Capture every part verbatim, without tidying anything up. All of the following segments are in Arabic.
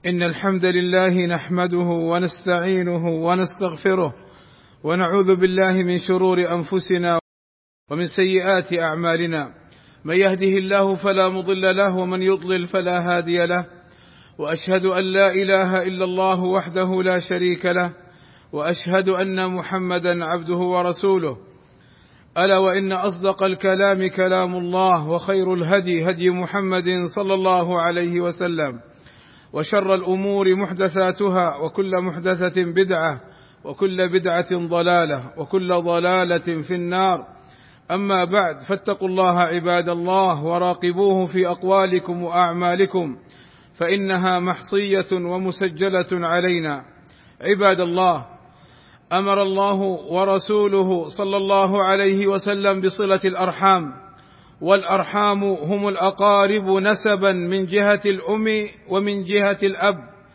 إن الحمد لله نحمده ونستعينه ونستغفره ونعوذ بالله من شرور أنفسنا ومن سيئات أعمالنا. من يهده الله فلا مضل له ومن يضلل فلا هادي له، وأشهد أن لا إله إلا الله وحده لا شريك له، وأشهد أن محمدا عبده ورسوله. ألا وإن أصدق الكلام كلام الله، وخير الهدي هدي محمد صلى الله عليه وسلم، وشر الأمور محدثاتها، وكل محدثة بدعة، وكل بدعة ضلالة، وكل ضلالة في النار. أما بعد، فاتقوا الله عباد الله، وراقبوه في أقوالكم وأعمالكم، فإنها محصية ومسجلة علينا. عباد الله، أمر الله ورسوله صلى الله عليه وسلم بصلة الأرحام، والأرحام هم الأقارب نسبا من جهة الأم ومن جهة الأب،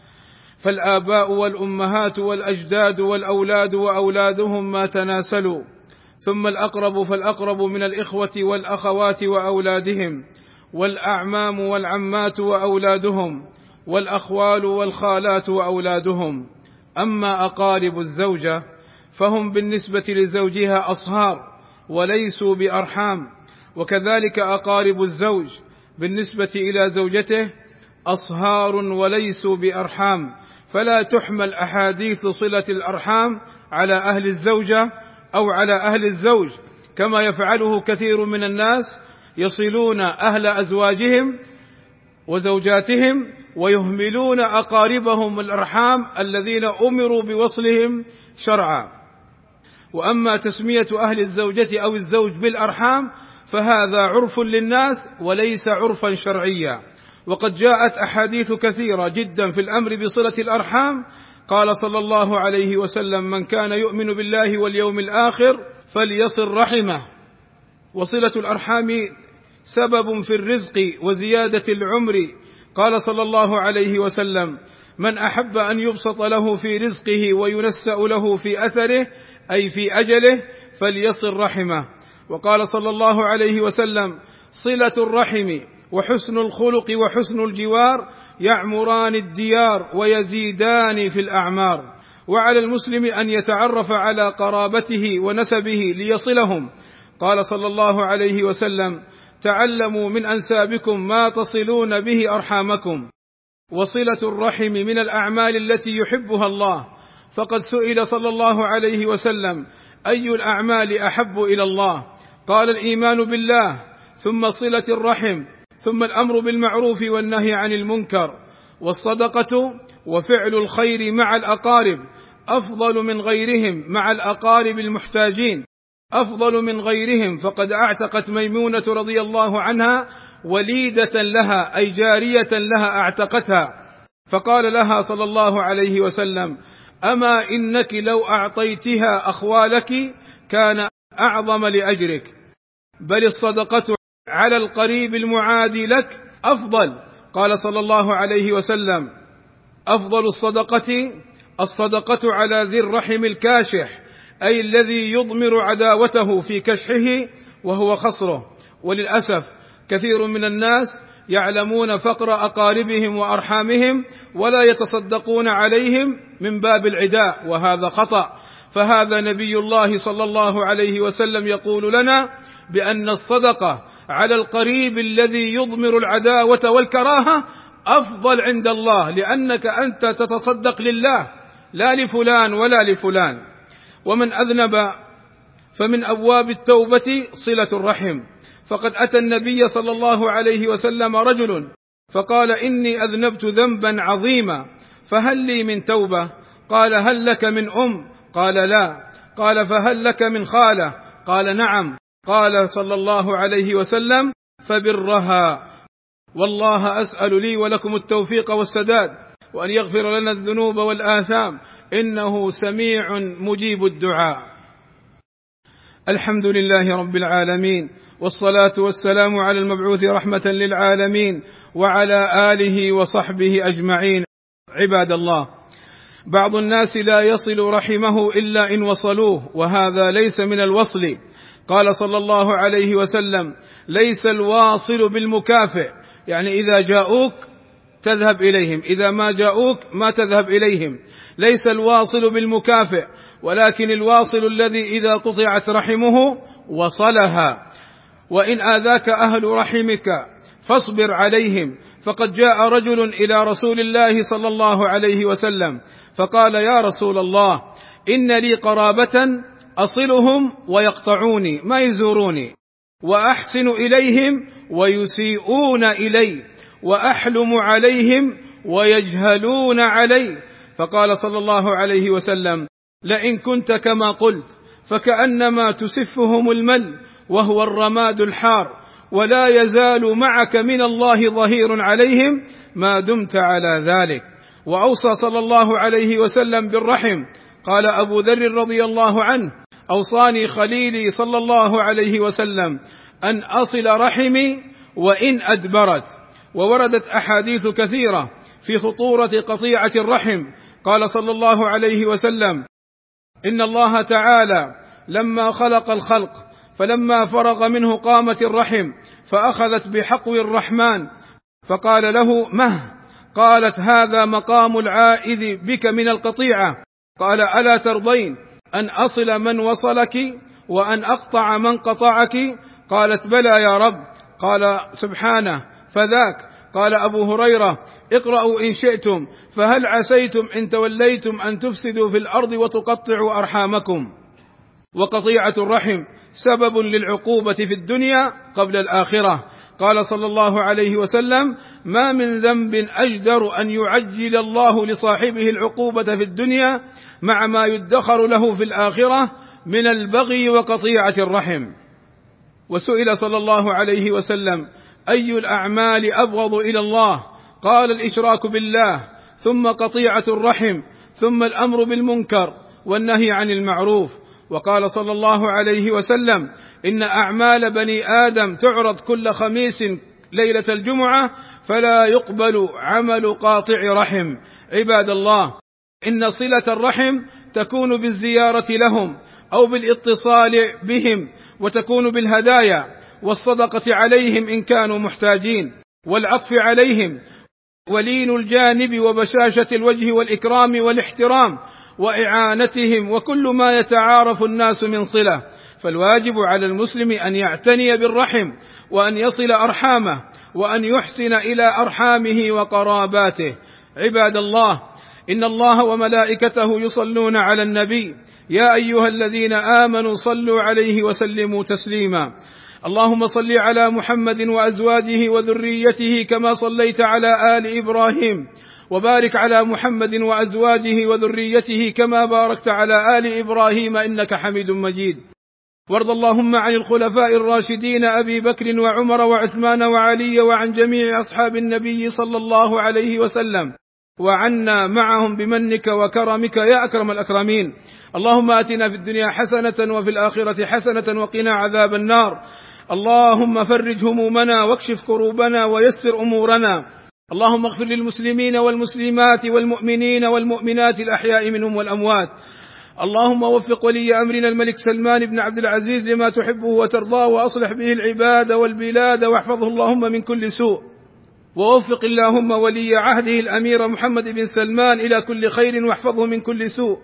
فالآباء والأمهات والأجداد والأولاد وأولادهم ما تناسلوا، ثم الأقرب فالأقرب من الإخوة والأخوات وأولادهم، والأعمام والعمات وأولادهم، والأخوال والخالات وأولادهم. أما أقارب الزوجة فهم بالنسبة لزوجها أصهار وليسوا بأرحام، وكذلك أقارب الزوج بالنسبة إلى زوجته أصهار وليسوا بأرحام، فلا تحمل أحاديث صلة الأرحام على أهل الزوجة أو على أهل الزوج، كما يفعله كثير من الناس، يصلون أهل أزواجهم وزوجاتهم ويهملون أقاربهم الأرحام الذين أمروا بوصلهم شرعا. وأما تسمية أهل الزوجة أو الزوج بالأرحام فهذا عرف للناس وليس عرفا شرعيا، وقد جاءت أحاديث كثيرة جدا في الأمر بصلة الأرحام. قال صلى الله عليه وسلم: من كان يؤمن بالله واليوم الآخر فليصل رحمه. وصلة الأرحام سبب في الرزق وزيادة العمر. قال صلى الله عليه وسلم: من أحب أن يبسط له في رزقه وينسأ له في أثره، أي في أجله، فليصل رحمه. وقال صلى الله عليه وسلم: صلة الرحم وحسن الخلق وحسن الجوار يعمران الديار ويزيدان في الأعمار. وعلى المسلم أن يتعرف على قرابته ونسبه ليصلهم. قال صلى الله عليه وسلم: تعلموا من أنسابكم ما تصلون به أرحامكم. وصلة الرحم من الأعمال التي يحبها الله، فقد سئل صلى الله عليه وسلم: أي الأعمال أحب إلى الله؟ قال: الإيمان بالله، ثم صلة الرحم، ثم الأمر بالمعروف والنهي عن المنكر، والصدقة وفعل الخير مع الأقارب أفضل من غيرهم مع الأقارب المحتاجين، أفضل من غيرهم. فقد أعتقت ميمونة رضي الله عنها وليدة لها، أي جارية لها أعتقتها، فقال لها صلى الله عليه وسلم: أما إنك لو أعطيتها أخوالك كان أعظم لأجرك، بل الصدقة على القريب المعادي لك أفضل. قال صلى الله عليه وسلم: أفضل الصدقة الصدقة على ذي الرحم الكاشح، أي الذي يضمر عداوته في كشحه وهو خصره. وللأسف كثير من الناس يعلمون فقر أقاربهم وأرحامهم ولا يتصدقون عليهم من باب العداء، وهذا خطأ. فهذا نبي الله صلى الله عليه وسلم يقول لنا بأن الصدقة على القريب الذي يضمر العداوة والكراهة أفضل عند الله، لأنك أنت تتصدق لله لا لفلان ولا لفلان. ومن أذنب فمن أبواب التوبة صلة الرحم، فقد أتى النبي صلى الله عليه وسلم رجل فقال: إني أذنبت ذنبا عظيما، فهل لي من توبة؟ قال: هل لك من أم؟ قال: لا. قال: فهل لك من خالة؟ قال: نعم. قال صلى الله عليه وسلم: فبرها. والله أسأل لي ولكم التوفيق والسداد، وأن يغفر لنا الذنوب والآثام، إنه سميع مجيب الدعاء. الحمد لله رب العالمين، والصلاة والسلام على المبعوث رحمة للعالمين، وعلى آله وصحبه أجمعين. عباد الله، بعض الناس لا يصل رحمه إلا إن وصلوه، وهذا ليس من الوصل. قال صلى الله عليه وسلم: ليس الواصل بالمكافئ، يعني إذا جاءوك تذهب إليهم، إذا ما جاءوك ما تذهب إليهم. ليس الواصل بالمكافئ، ولكن الواصل الذي إذا قطعت رحمه وصلها. وإن آذاك أهل رحمك فاصبر عليهم. فقد جاء رجل إلى رسول الله صلى الله عليه وسلم فقال: يا رسول الله، إن لي قرابة أصلهم ويقطعوني، ما يزوروني، وأحسن إليهم ويسيئون إلي، وأحلم عليهم ويجهلون علي. فقال صلى الله عليه وسلم: لئن كنت كما قلت فكأنما تسفهم المل وهو الرماد الحار، ولا يزال معك من الله ظهير عليهم ما دمت على ذلك. وأوصى صلى الله عليه وسلم بالرحم. قال أبو ذر رضي الله عنه: أوصاني خليلي صلى الله عليه وسلم أن أصل رحمي وإن أدبرت. ووردت أحاديث كثيرة في خطورة قطيعة الرحم. قال صلى الله عليه وسلم: إن الله تعالى لما خلق الخلق فلما فرغ منه قامت الرحم فأخذت بحقو الرحمن فقال له: مه؟ قالت: هذا مقام العائذ بك من القطيعة. قال: ألا ترضين أن أصل من وصلك وأن أقطع من قطعك؟ قالت: بلى يا رب. قال سبحانه: فذاك. قال أبو هريرة: اقرأوا إن شئتم، فهل عسيتم إن توليتم أن تفسدوا في الأرض وتقطعوا أرحامكم. وقطيعة الرحم سبب للعقوبة في الدنيا قبل الآخرة. قال صلى الله عليه وسلم: ما من ذنب أجدر أن يعجل الله لصاحبه العقوبة في الدنيا مع ما يدخر له في الآخرة من البغي وقطيعة الرحم. وسئل صلى الله عليه وسلم: أي الأعمال أبغض إلى الله؟ قال: الإشراك بالله، ثم قطيعة الرحم، ثم الأمر بالمنكر والنهي عن المعروف. وقال صلى الله عليه وسلم: إن أعمال بني آدم تعرض كل خميس ليلة الجمعة فلا يقبل عمل قاطع رحم. عباد الله، إن صلة الرحم تكون بالزيارة لهم أو بالاتصال بهم، وتكون بالهدايا والصدقة عليهم إن كانوا محتاجين، والعطف عليهم، ولين الجانب وبشاشة الوجه والإكرام والاحترام وإعانتهم، وكل ما يتعارف الناس من صلة. فالواجب على المسلم أن يعتني بالرحم، وأن يصل أرحامه، وأن يحسن إلى أرحامه وقراباته. عباد الله، إن الله وملائكته يصلون على النبي، يا أيها الذين آمنوا صلوا عليه وسلموا تسليما. اللهم صل على محمد وأزواجه وذريته كما صليت على آل إبراهيم، وبارك على محمد وأزواجه وذريته كما باركت على آل إبراهيم إنك حميد مجيد. وارض اللهم عن الخلفاء الراشدين أبي بكر وعمر وعثمان وعلي وعن جميع أصحاب النبي صلى الله عليه وسلم، وعنا معهم بمنك وكرمك يا أكرم الأكرمين. اللهم آتنا في الدنيا حسنة وفي الآخرة حسنة وقنا عذاب النار. اللهم فرج همومنا واكشف كروبنا ويسر أمورنا. اللهم اغفر للمسلمين والمسلمات والمؤمنين والمؤمنات الأحياء منهم والأموات. اللهم وفق ولي أمرنا الملك سلمان بن عبد العزيز لما تحبه وترضاه، وأصلح به العباد والبلاد، واحفظه اللهم من كل سوء. ووفق اللهم ولي عهده الأمير محمد بن سلمان إلى كل خير، واحفظه من كل سوء.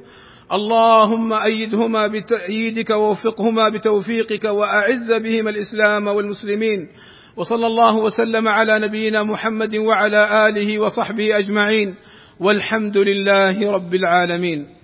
اللهم أيدهما بتأييدك ووفقهما بتوفيقك، وأعز بهما الإسلام والمسلمين. وصلى الله وسلم على نبينا محمد وعلى آله وصحبه أجمعين، والحمد لله رب العالمين.